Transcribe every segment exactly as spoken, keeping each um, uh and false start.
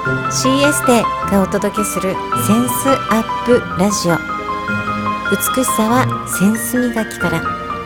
シーエス テがお届けするセンスアップラジオ。美しさはセンス磨きから。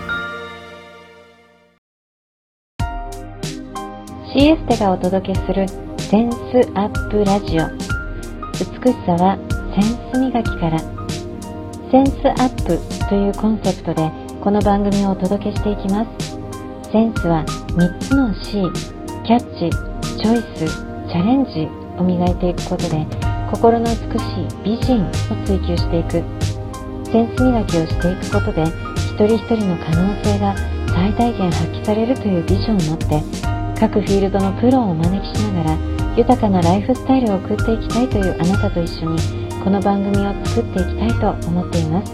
シーエス テがお届けするセンスアップラジオ。美しさはセンス磨きから。センスアップというコンセプトでこの番組をお届けしていきます。センスはみっつの C、 キャッチ、チョイス、チャレンジを磨いていくことで、心の美しい美人を追求していく。センス磨きをしていくことで、一人一人の可能性が最大限発揮されるというビジョンを持って、各フィールドのプロをお招きしながら豊かなライフスタイルを送っていきたいというあなたと一緒に、この番組を作っていきたいと思っています。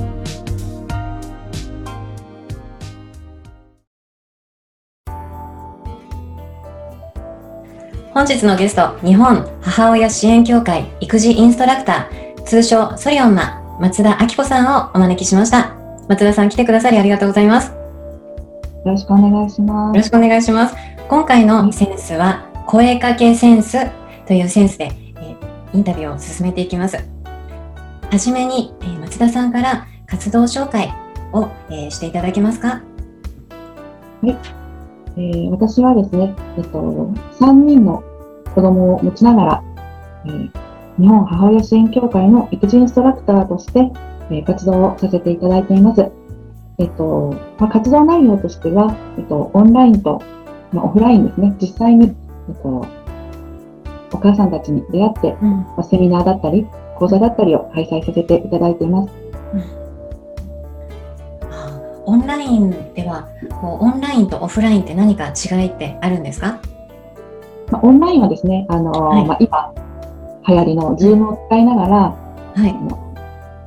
本日のゲスト、日本母親支援協会育児インストラクター、通称ソリオンマ、松田明子さんをお招きしました。松田さん、来てくださりありがとうございます。 よろしくお願いします。 よろしくお願いします。今回のセンスは声かけセンスというセンスで、えー、インタビューを進めていきます。はじめに、えー、松田さんから活動紹介を、えー、していただけますか？ はい、えー、私はですね、えっと、さんにんの子供を持ちながら、えー、日本母親支援協会の育児インストラクターとして、えー、活動をさせていただいています。えっとまあ、活動内容としては、えっと、オンラインと、まあ、オフラインですね、実際に、えっと、お母さんたちに出会って、うんまあ、セミナーだったり講座だったりを開催させていただいています。うんオンラインではこうオンラインとオフラインって何か違いってあるんですか？ まあ、オンラインはですね、あのーはいまあ、今流行りの Zoom を使いながら、はい、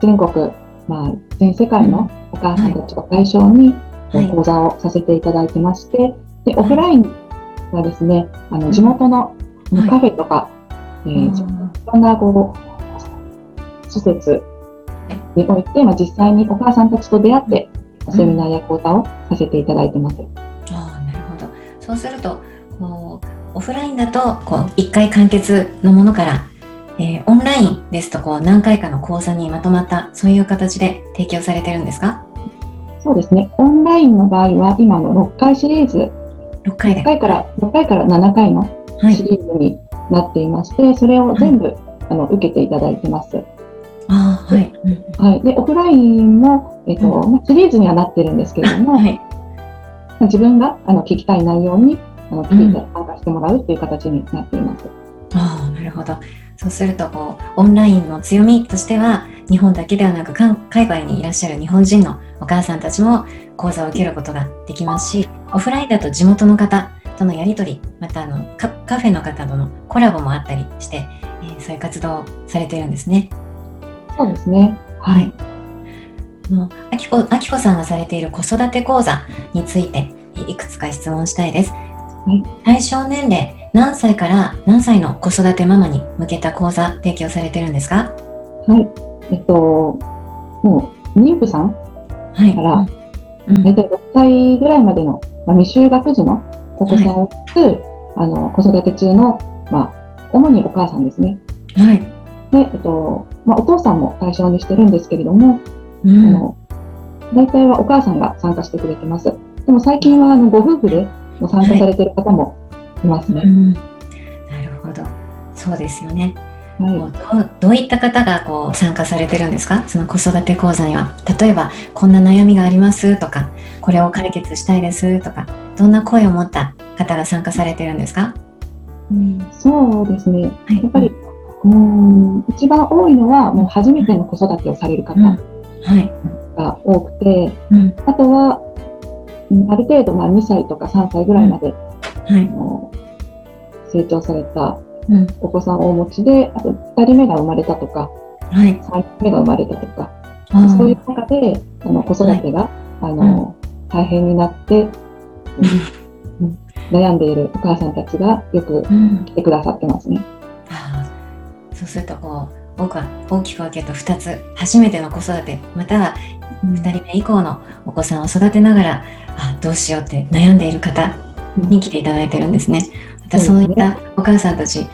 全国、まあ、全世界のお母さんたちを対象に講座をさせていただいてまして、はい、でオフラインはですね、あの地元のカフェとか、はいえー、いろんなこう施設において、まあ、実際にお母さんたちと出会ってセミナーや講座をさせていただいてます。うん、 ああ、なるほど。そうするとこうオフラインだとこういっかい完結のものから、えー、オンラインですとこう何回かの講座にまとまったそういう形で提供されてるんですか？ そうですね。オンラインの場合は今のろっかいシリーズ、 ろっかいでろっかいからろっかいからななかいのシリーズになっていまして、はい、それを全部、はい、あの受けていただいてます。 あはい、 はい、でオフラインも、えっとうん、シリーズにはなってるんですけれども、はい、自分があの聞きたい内容にあの聞いて参加してもらうという形になっています。 うん、ああ、なるほど。そうするとこうオンラインの強みとしては、日本だけではなく海外にいらっしゃる日本人のお母さんたちも講座を受けることができますし、オフラインだと地元の方とのやり取り、またあの カ, カフェの方とのコラボもあったりして、えー、そういう活動をされているんですね。 そうですね。はい。 あきこあきこさんがされている子育て講座についていくつか質問したいです。はい、対象年齢何歳から何歳の子育てママに向けた講座提供されてるんですか？ はい。えっともう妊婦さんから、はいうん、大体ろっさいぐらいまでの、まあ、未就学児のお子さんを持つ、はい、あの子育て中の、まあ、主にお母さんですね。はい。で、えっとまあ、お父さんも対象にしてるんですけれども、うん、あの大体はお母さんが参加してくれてます。でも最近はあのご夫婦でも参加されている方もいますね。はいうん、 なるほど。そうですよね。 はい、 ど, うどういった方がこう参加されてるんですか？その子育て講座には。例えばこんな悩みがありますとか、これを解決したいですとか、どんな声を持った方が参加されてるんですか？ うん、そうですね。はい、やっぱり、うん、うん一番多いのはもう初めての子育てをされる方が多くて、うんはい、あとはある程度まあにさいとかさんさいぐらいまで、うんはい、成長されたお子さんをお持ちで、あとふたりめが生まれたとか、はい、さんにんめが生まれたとか、そういう中であの子育てが、はいあのうん、大変になって、うん、悩んでいるお母さんたちがよく来てくださってますね。うんあそうするとこう僕は大きく分けるとふたつ、初めての子育てまたはふたりめ以降のお子さんを育てながら、あどうしようって悩んでいる方に来ていただいてるんですね。またそういったお母さんたち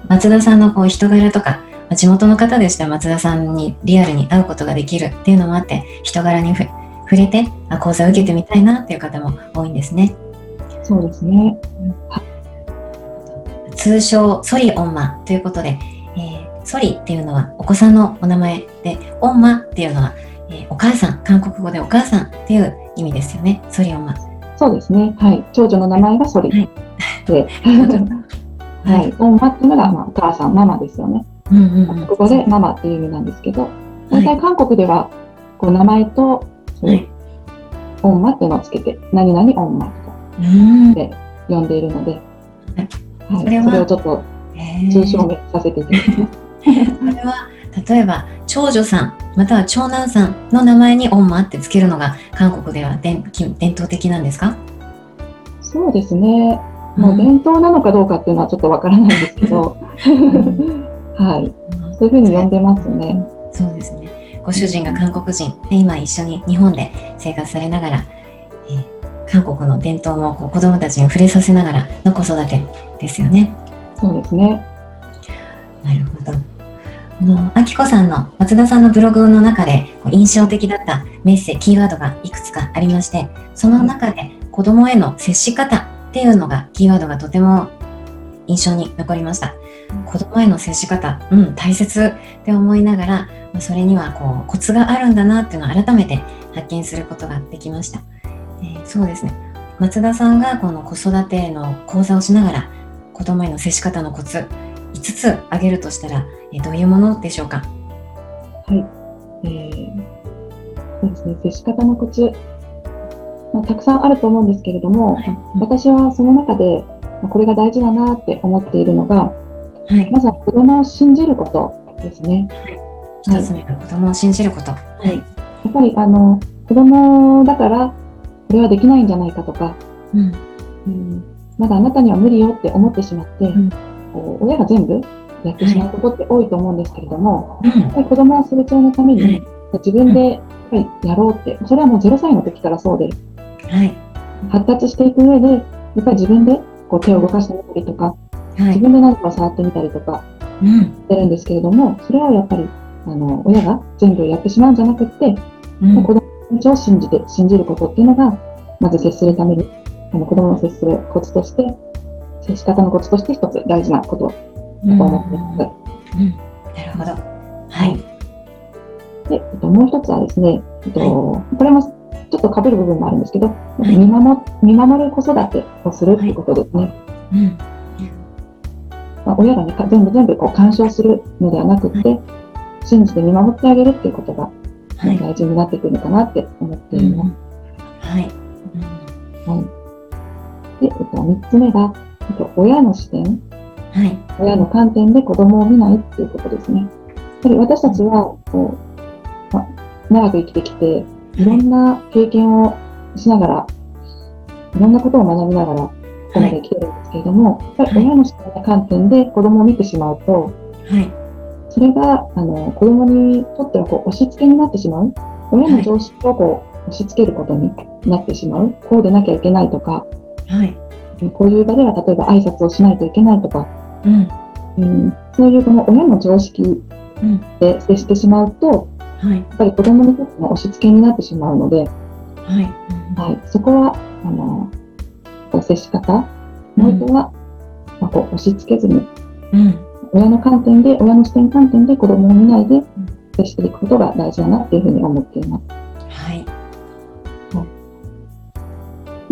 松田さんのこう人柄とか、地元の方でしたら松田さんにリアルに会うことができるっていうのもあって、人柄に触れてあ講座を受けてみたいなっていう方も多いんですね。 そうですね。 通称ソリオンマということで、えー、ソリっていうのはお子さんのお名前で、オンマっていうのは、えー、お母さん、韓国語でお母さんっていう意味ですよね。ソリオンマ。 そうですね。はい。長女の名前がソリ、はい、で、はい、オンマっていうのが、まあ、お母さん、ママですよね。うんうんうん、韓国語でママっていう意味なんですけど、大体韓国ではこう名前と、はい、オンマっていうのをつけて、何々オンマとかで呼んでいるので、はい、それはそれをちょっと通称名させていただきます。 それは例えば長女さんまたは長男さんの名前にオンマってつけるのが韓国では伝伝統的なんですか？ そうですね。もう伝統なのかどうかっていうのはちょっとわからないんですけど、はい、そういうふうに呼んでますね。 そうですね。ご主人が韓国人で今一緒に日本で生活されながら、えー、韓国の伝統もこう子どもたちに触れさせながらの子育てですよね。 そうですね。 なるほど。あの、あきこさんの松田さんのブログの中で印象的だったメッセージ、キーワードがいくつかありまして、その中で子どもへの接し方っていうのがキーワードがとても印象に残りました。子どもへの接し方、うん、大切って思いながら、それにはこうコツがあるんだなっていうのを改めて発見することができました。えー、そうですね。松田さんがこの子育ての講座をしながら子どもへの接し方のコツいつつ挙げるとしたら、えー、どういうものでしょうか？ はい、えー、そうですね。接し方のコツ、まあ、たくさんあると思うんですけれども、はい、うん、私はその中でこれが大事だなって思っているのが、はい、まずは子どもを信じることですね。 はい、一つ目が子どもを信じること。はい、 やっぱりあの子どもだからこれはできないんじゃないかとか、うんうん、まだあなたには無理よって思ってしまって、うん、こう親が全部やってしまうことって多いと思うんですけれども、はい、やっぱり子どもは成長のために、はい、自分でやっぱりやろうって、それはもうゼロさいの時からそうで、はい、発達していく上でやっぱり自分でこう手を動かしてみたりとか、はい、自分で何かを触ってみたりとかしてるんですけれども、それはやっぱりあの親が全部やってしまうんじゃなくって、うん、子供の成長を信じて信じることっていうのがまず接するために、あの子供を接するコツとして、接し方のコツとして一つ大事なことだと思っています。 うんうん、なるほど。はい。 で、えっと、もう一つはですね、えっと、はい、これもちょっと被る部分もあるんですけど、はい、見守、見守る子育てをするっていうことですね。はい、うんまあ、親がね、全部全部こう干渉するのではなくて、はい、信じて見守ってあげるっていうことが大事になってくるのかなって思っています。はい。はい。で、えっと、みっつめが、えっと、親の視点、はい、親の観点で子供を見ないっていうことですね。やはり私たちはこう、まあ、長く生きてきて、いろんな経験をしながら、いろんなことを学びながら、ここまで来てるんですけれども、はい、やっぱり親の視点や観点で子供を見てしまうと、はい、それがあの子供にとってはこう押し付けになってしまう、親の常識をこう押し付けることになってしまう、こうでなきゃいけないとか、はい、こういう場では例えば挨拶をしないといけないとか、うんうん、そういうこの親の常識で接してしまうと、うん、やっぱり子供にとっての押し付けになってしまうので、はいうんはい、そこはあの接し方においては、うんまあ、こう押し付けずに、うん親の観点で、親の視点観点で子供を見ないで接していくことが大事だなっていうふうに思っています。はい。はい、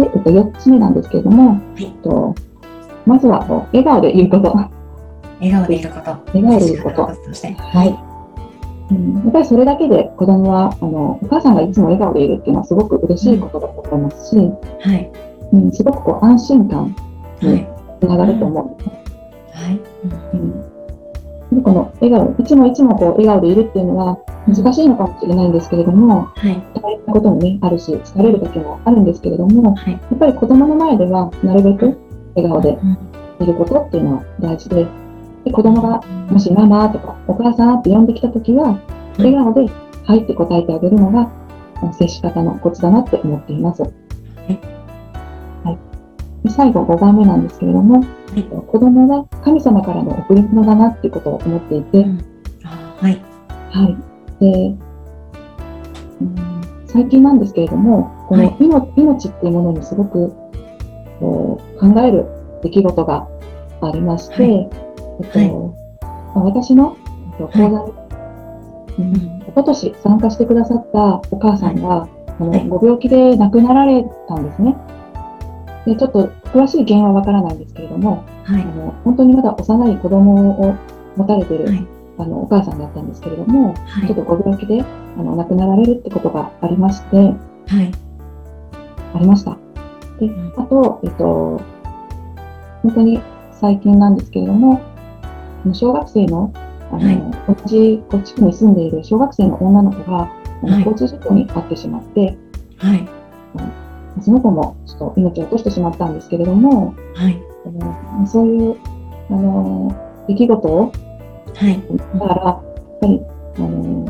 で、えっと、よっつめなんですけれども、はい、えっと、まずはこう笑顔でいること。 笑顔でいること。 笑顔でいること。はい。うん、やっぱりそれだけで子供はあのお母さんがいつも笑顔でいるっていうのはすごく嬉しいことだと思いますし、うんはいうん、すごくこう安心感につながると思うんですね。はいうん、この笑顔、いつもいつもこう笑顔でいるっていうのは難しいのかもしれないんですけれども、はい、大変なこともねあるし、疲れる時もあるんですけれども、はい、やっぱり子供の前ではなるべく笑顔でいることっていうのは大事で、で子供がもしママとかお母さんって呼んできた時は笑顔ではいって答えてあげるのが接し方のコツだなって思っています。はいはい、 最後ごばんめなんですけれども、はい、子供は神様からの贈り物だなっていうことを思っていて、うん、 はい、 はい、で、うん、最近なんですけれども、この 命,、はい、命っていうものにすごくこう考える出来事がありまして、はい、えっとはい、私の講座に、はいうん、一昨年参加してくださったお母さんが、はい、あのご病気で亡くなられたんですね。でちょっと詳しい原因はわからないんですけれども、はい、あの本当にまだ幼い子供を持たれている、はい、あのお母さんだったんですけれども、はい、ちょっとご病気であの亡くなられるってことがありまして、はい、ありました。で、うん、あと、えっと、本当に最近なんですけれども、小学生の、あの、はい、同じこっちに住んでいる小学生の女の子が、あの、はい、交通事故に遭ってしまって、はい、その子もちょっと命を落としてしまったんですけれども、はい、あのそういうあの出来事を、はい、だからやっぱりあの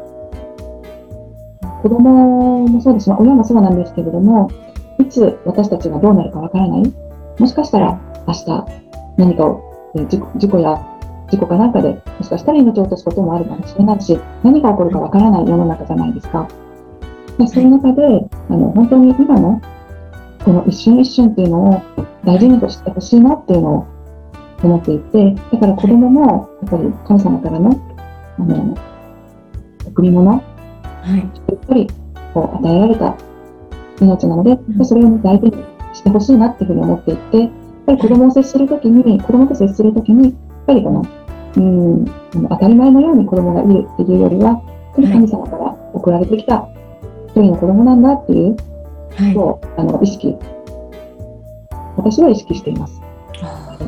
子供もそうですし、親もそうなんですけれども、いつ私たちがどうなるかわからない。もしかしたら明日何かを事故、事故や事故かなんかでもしかしたら命を落とすこともあるかもしれないし、何が起こるかわからない世の中じゃないですか。でその中であの本当に今のこの一瞬一瞬っていうのを大事にとしてほしいなっていうのを思っていて、だから子供もやっぱり神様からのあの贈り物、はい、やっぱりこう与えられた命なので、うん、それを大事にしてほしいなっていうふうに思っていて、やっぱり子供を接するときに、子供と接するときに、やっぱりこの、うん、当たり前のように子供がいるっていうよりは、神様から送られてきた一人の子供なんだっていうことを、はい、あの意識、私は意識しています。 はい、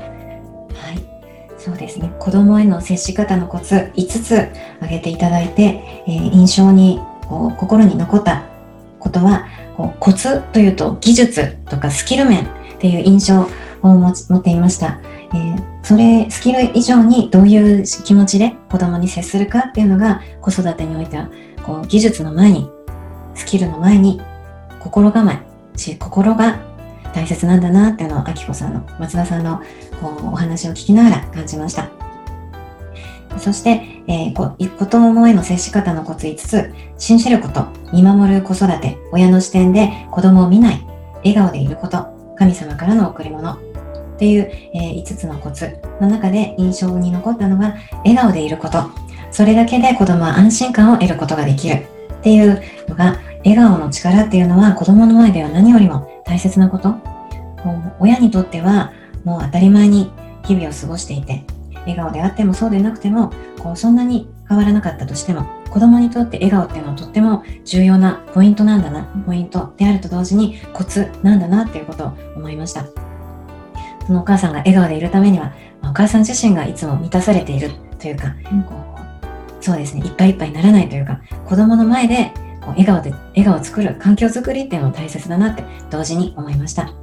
そうですね。子供への接し方のコツいつつ挙げていただいて、えー、印象にこう心に残ったことは、こうコツというと技術とかスキル面っていう印象を持っていました。えー、それスキル以上にどういう気持ちで子供に接するかっていうのが子育てにおいてはこう技術の前にスキルの前に心構えし心が大切なんだなっていうのをあきこさんの松田さんのこうお話を聞きながら感じました。そして、えー、こ子供への接し方のコツいつつ、信じること、見守る子育て、親の視点で子供を見ない、笑顔でいること、神様からの贈り物っていう、えー、いつつのコツの中で印象に残ったのが笑顔でいること。それだけで子供は安心感を得ることができるっていうのが、笑顔の力っていうのは子供の前では何よりも大切なこと。親にとってはもう当たり前に日々を過ごしていて、笑顔であってもそうでなくてもこうそんなに変わらなかったとしても、子供にとって笑顔っていうのはとっても重要なポイントなんだな、ポイントであると同時にコツなんだなっていうことを思いました。そのお母さんが笑顔でいるためには、お母さん自身がいつも満たされているというか、うん、こうそうですね、いっぱいいっぱいにならないというか、子供の前でこう笑顔で笑顔を作る環境づくりっていうのも大切だなって同時に思いました。はい、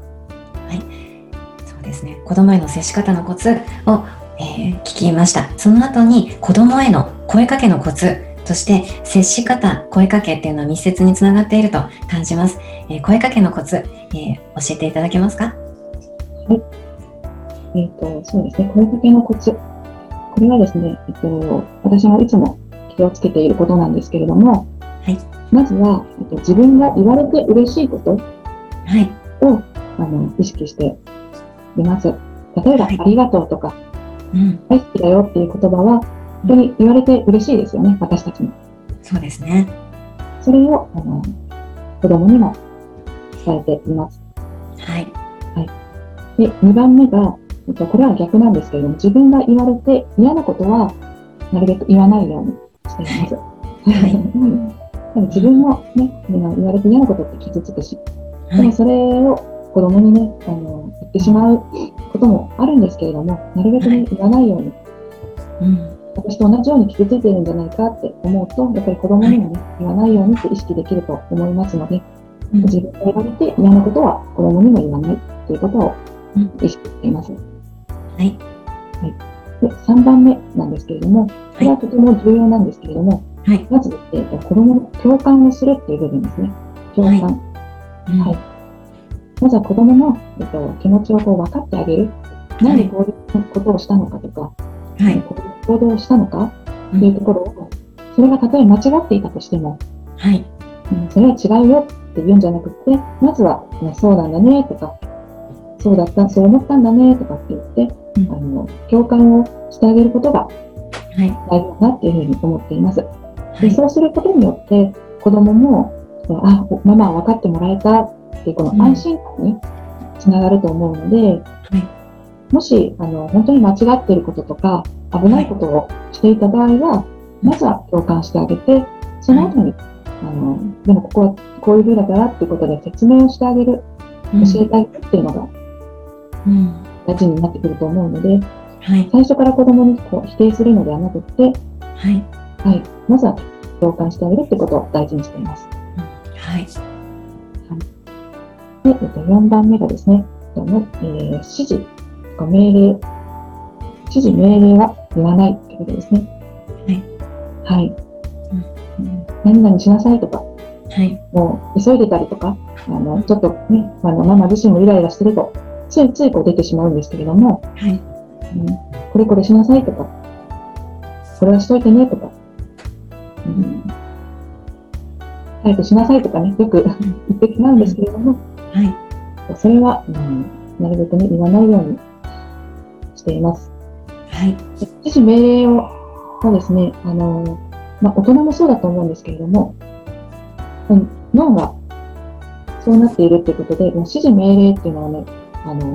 そうですね、子供への接し方のコツをえー、聞きました。その後に子供への声かけのコツとして接し方、声かけっていうのは密接につながっていると感じます。えー、声かけのコツ、えー、教えていただけますか？ はい。えっと、そうですね。声かけのコツ。これはですね、えっと、私もいつも気をつけていることなんですけれども、はい、まずは、えっと、自分が言われて嬉しいことを、はい、あの意識しています。例えば、はい、ありがとうとか、うん、大好きだよっていう言葉は本当に言われて嬉しいですよね、私たちも。 そうですね。 それをあの子供にも伝えています。 はい。 はい。で、にばんめが、えっと、これは逆なんですけれども、自分が言われて嫌なことはなるべく言わないようにしています。はい。自分もね、言われて嫌なことって傷つくし、でもそれを子供にね、あの言ってしまうこともあるんですけれども、なるべくね、言わないように、うん、私と同じように傷ついているんじゃないかって思うと、やっぱり子供にもね、言わないようにって意識できると思いますので、うん、自分が言われて嫌なことは子供にも言わないということを意識しています。はい。はい。で、さんばんめなんですけれども、これはとても重要なんですけれども、はい、まず、えーと、子供の共感をするっていう部分ですね。共感。はい。はい。 まずは子供の、えっと、気持ちをこう分かってあげる。なんでこういうことをしたのかとか、はい、こういう行動をしたのかというところを、うん、それがたとえ間違っていたとしても、はい、うん、それは違うよって言うんじゃなくて、まずは、ね、そうなんだねとか、そうだった、そう思ったんだねとかって言って、うん、あの共感をしてあげることが大事だなっていうふうに思っています。はい、でそうすることによって子供も、あ、ママは分かってもらえたっていうこの安心感につながると思うので、うん、はい、もしあの本当に間違っていることとか危ないことをしていた場合は、はい、まずは共感してあげて、その後に、はい、あのでもここはこういうふうだからっていうことで説明をしてあげる、うん、教えてあげるっていうのがうん、大事になってくると思うので、はい、最初から子供にこう否定するのではなくて、はいはい、まずは共感してあげるということを大事にしています。うん、はいはい、で、えっと、よんばんめがですね、えー、指示命令指示命令は言わないということですね。はい、はい、うん、何々しなさいとか、はい、もう急いでたりとか、あのちょっとね、あのママ自身もイライラしてるとついついこう出てしまうんですけれども、はい、うん、これこれしなさいとか、これはしといてねとか、うん、早くしなさいとかね、よく言ってしまうんですけれども、はい、それは、うん、なるべくね、言わないようにしています。はい、指示命令をはですね、あの、まあ、大人もそうだと思うんですけれども、うん、脳がそうなっているということで、指示命令っていうのはね、あの、うん、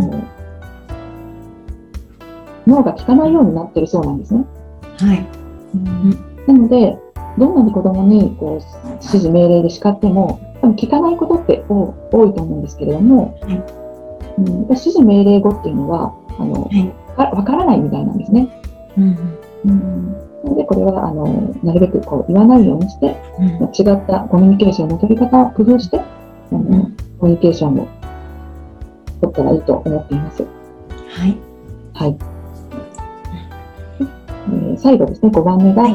脳が効かないようになっているそうなんですね。はい。うん、なので、どんなに子供にこう指示命令で叱っても、多分効かないことって多いと思うんですけれども、はい、うん、指示命令語っていうのは、あの、はい、わからないみたいなんですね。うんうん、なので、これはあのなるべくこう言わないようにして、うん、違ったコミュニケーションの取り方を工夫して、あの、うん、コミュニケーションを取ったらいいと思っています。はい。はい。えー、最後ですね、ごばんめが、はい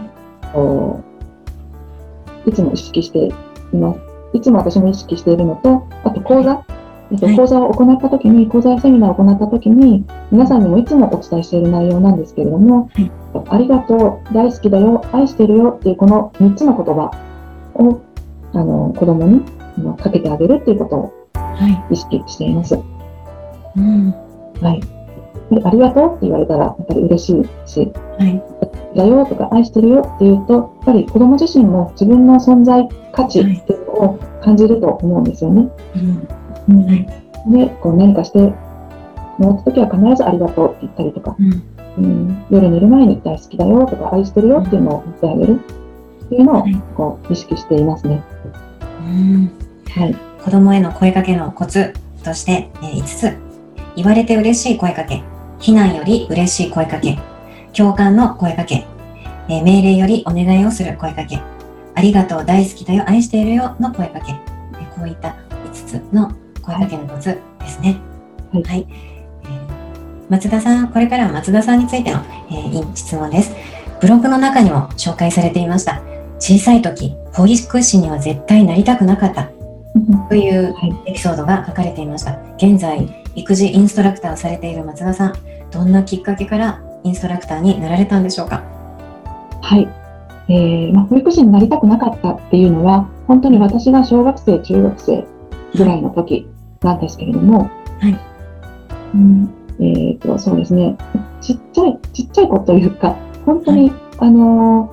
、いつも意識しています。いつも私も意識しているのと、あと講座、はい、えっと、講座を行ったときに、講座やセミナーを行ったときに、皆さんにもいつもお伝えしている内容なんですけれども、はい、ありがとう、大好きだよ、愛してるよっていうこのみっつの言葉をあの子供にかけてあげるっていうことを意識しています。はい、うん、はい。ありがとうって言われたらやっぱり嬉しいし、はい、だよとか愛してるよって言うと、やっぱり子供自身も自分の存在価値っていうのを感じると思うんですよね。うんうん、はい、で、こう何かしてもらった時は必ずありがとうって言ったりとか、うんうん、夜寝る前に大好きだよとか愛してるよっていうのを言ってあげるっていうのをこう意識していますね。 うん、はい、子供への声かけのコツとして、えー、いつつ、言われて嬉しい声かけ、非難より嬉しい声かけ、共感の声かけ、えー、命令よりお願いをする声かけ、ありがとう、大好きだよ、愛しているよの声かけ、えー、こういったいつつの声かけのコツですね。はい、はい、えー、松田さん、これからは松田さんについての、えー、質問です。ブログの中にも紹介されていました。小さい時、保育士には絶対なりたくなかったというエピソードが書かれていました。現在、育児インストラクターをされている松田さん、どんなきっかけからインストラクターになられたんでしょうか？ はい、えーまあ、保育士になりたくなかったっていうのは、本当に私が小学生、中学生ぐらいの時なんですけれども、はい、うん、えーと、そうですね、ちっちゃい、ちっちゃい子というか、本当に、はい、あの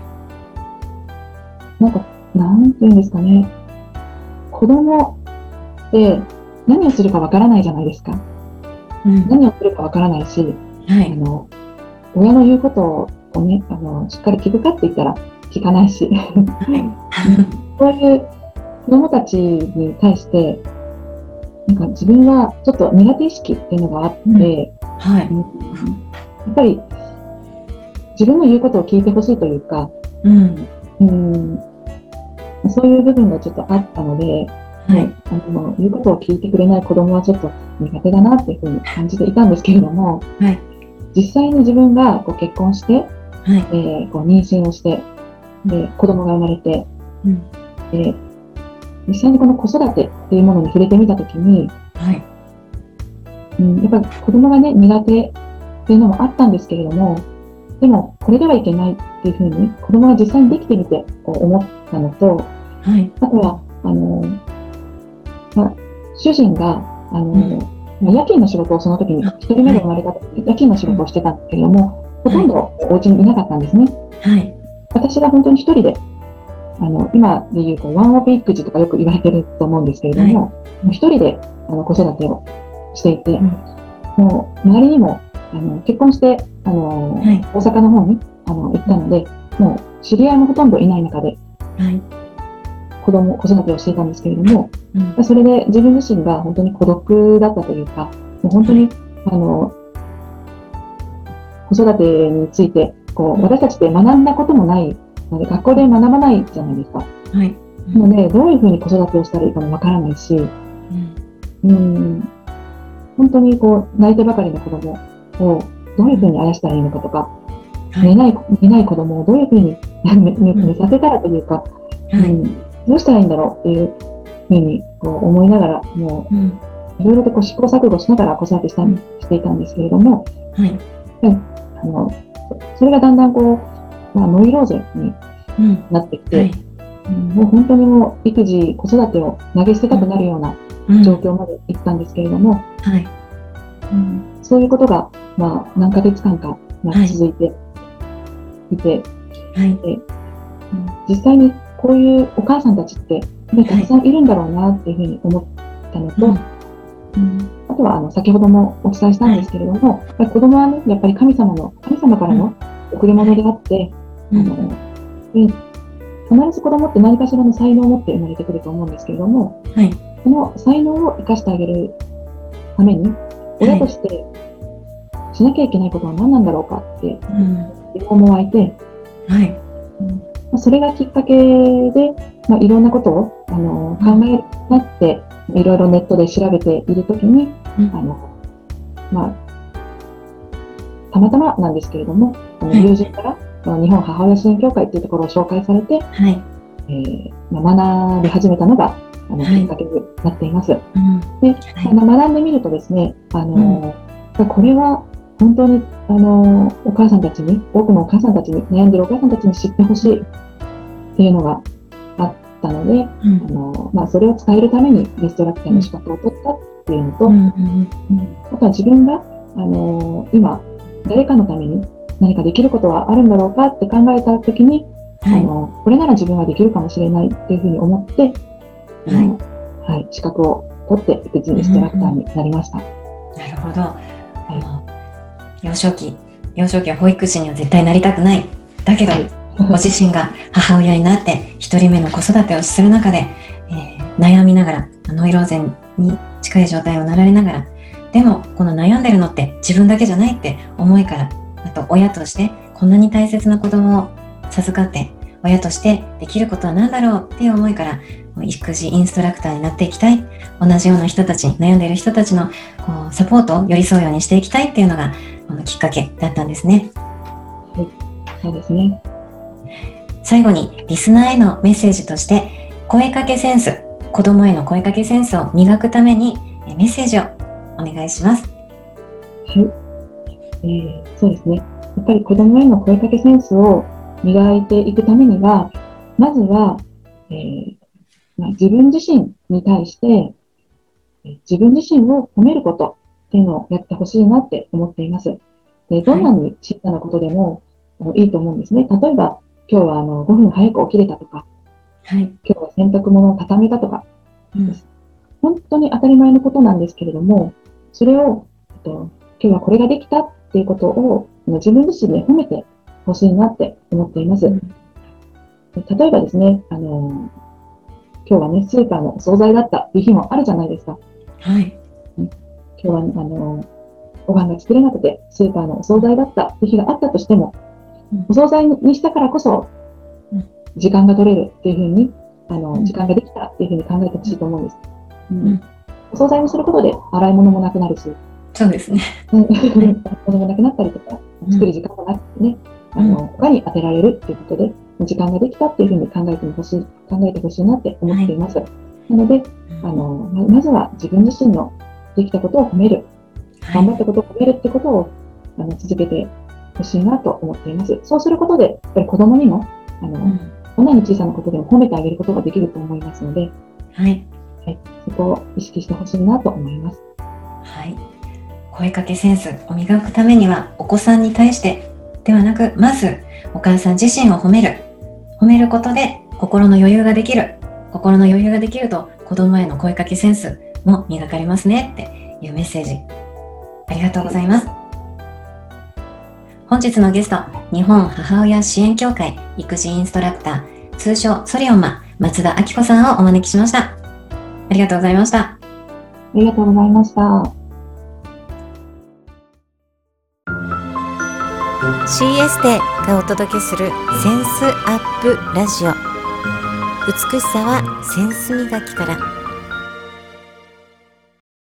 ー、なんか、なんていうんですかね、子供って何をするかわからないじゃないですか。うん、何をするかわからないし、はい、あの親の言うことをね、あのしっかり聞くかって言ったら聞かないし、そういう子供たちに対してなんか自分はちょっと苦手意識っていうのがあって、うん、はい、うん、やっぱり自分の言うことを聞いてほしいというか、うんうん、そういう部分がちょっとあったので、はい、あの言うことを聞いてくれない子供はちょっと苦手だなっていうふうに感じていたんですけれども、はい、実際に自分がこう結婚して、はい、えー、こう妊娠をしてで子供が生まれて、うん、で実際にこの子育てっていうものに触れてみたときに、 はい。 うん、やっぱり子供がね、苦手っていうのもあったんですけれども、でもこれではいけないっていうふうに子供が実際にできてみてこう思ったのと、 はい。 あとはあの、まあ、主人があの、 うんまあ、夜勤の仕事をその時に一人目が生まれた時に夜勤の仕事をしてたんですけれども、ほとんどお家にいなかったんですね。 はい。 私が本当に一人で、あの今でいうとワンオペ育児とかよく言われてると思うんですけれども、はい、一人であの子育てをしていて、うん、もう周りにもあの結婚してあの、はい、大阪の方にあの行ったので、もう知り合いもほとんどいない中で、はい、子供子育てをしていたんですけれども、うん、それで自分自身が本当に孤独だったというか、もう本当に、はい、あの子育てについてこう、うん、私たちって学んだこともないので、学校で学ばないじゃないですか。はい、なのでどういうふうに子育てをしたらいいかもわからないし、うん、うん本当にこう泣いてばかりの子供をどういうふうにあやしたらいいのかとか、はい、寝ない寝ない子供をどういうふうに寝させたらというか、はいうん、どうしたらいいんだろうっていうふうにこう思いながら、もういろいろとこう試行錯誤しながら子育てした、うん、していたんですけれども、はいはい、あのそれがだんだんこう、まあ、ノイローゼになってきて、うんはいうん、もう本当にもう育児子育てを投げ捨てたくなるような状況まで行ったんですけれども、うんはいうん、そういうことが、まあ、何ヶ月間か、まあ、続いていて、はいでうん、実際にこういうお母さんたちってたくさんいるんだろうなっていうふうに思ったのと、はいうん、あとはあの先ほどもお伝えしたんですけれども、はい、子供はねやっぱり神様の神様からの贈り物であって、うん、あので必ず子供って何かしらの才能を持って生まれてくると思うんですけれども、はい、その才能を生かしてあげるために親としてしなきゃいけないことは何なんだろうかって疑問も湧いて、はいうん、それがきっかけで、まあ、いろんなことをあの考えるようになっていろいろネットで調べているときに、うんあのまあ、たまたまなんですけれども、はい、友人から日本母親支援協会というところを紹介されて、はいえーまあ、学び始めたのがあの、はい、きっかけになっています。うんではい、学んでみるとですね、あの、うん、これは本当にあのお母さんたちに、多くのお母さんたちに、悩んでるお母さんたちに知ってほしいっていうのがあったので、うんあのまあ、それを伝えるためにリストラクターの資格を取ったっていうのと、うんうん、あとは自分があの今誰かのために何かできることはあるんだろうかって考えたときに、はい、あのこれなら自分はできるかもしれないっていうふうに思って、はいはい、資格を取って育児インストラクターになりました。 うんうん、なるほど、はい、幼少期幼少期は保育士には絶対なりたくない。だけど、はい、ご自身が母親になって一人目の子育てをする中で、えー、悩みながらノイローゼに近い状態をなられながら、でもこの悩んでるのって自分だけじゃないって思いから、あと親としてこんなに大切な子供を授かって親としてできることは何だろうっていう思いから育児インストラクターになっていきたい、同じような人たち、悩んでいる人たちのこうサポートを寄り添うようにしていきたいっていうのがこのきっかけだったんですね。 はい、そうですね。 最後にリスナーへのメッセージとして、声かけセンス、子供への声かけセンスを磨くためにメッセージをお願いします。 はい、えー、そうですね。やっぱり子供への声かけセンスを磨いていくためには、まずは、えーまあ、自分自身に対して自分自身を褒めることっていうのをやってほしいなって思っています。で、どんなに小さなことでもいいと思うんですね。例えば、今日はあのごふん早く起きれたとか、はい、今日は洗濯物を畳めたとか、うん、本当に当たり前のことなんですけれども、それを、えっと、今日はこれができたっていうことを自分自身で褒めてほしいなって思っています。うん、例えばですね、あの今日はね、スーパーのお惣菜だったっていう日もあるじゃないですか。はい。今日は、あの、ご飯が作れなくて、スーパーのお惣菜だったっていう日があったとしても、うん、お惣菜にしたからこそ、時間が取れるっていうふうに、あの、うん、時間ができたっていうふうに考えてほしいと思うんです。うんうん、お惣菜にすることで、洗い物もなくなるし。 そうですね。 洗い物もなくなったりとか、作る時間もなくてね、うん、あの、他に当てられるっていうことで、時間ができたっていうふうに考えてほしい、考えてほしいなって思っています。はい、なので、あの、まずは自分自身のできたことを褒める、 はい、 頑張ったことを褒めるってことをあの続けてほしいなと思っています。そうすることで、やっぱり子供にも、あの、うん、どんなに小さなことでも褒めてあげることができると思いますので、はい。はい、そこを意識してほしいなと思います。 はい。声かけセンスを磨くためには、お子さんに対してではなく、まずお母さん自身を褒める。褒めることで心の余裕ができる。心の余裕ができると、子供への声かけセンスも磨かれますねっていうメッセージ。ありがとうございます。本日のゲスト、日本母親支援協会育児インストラクター、通称ソリオンマ、松田明子さんをお招きしました。ありがとうございました。 ありがとうございました。 シーエス テがお届けするセンスアップラジオ。美しさはセンス磨きから。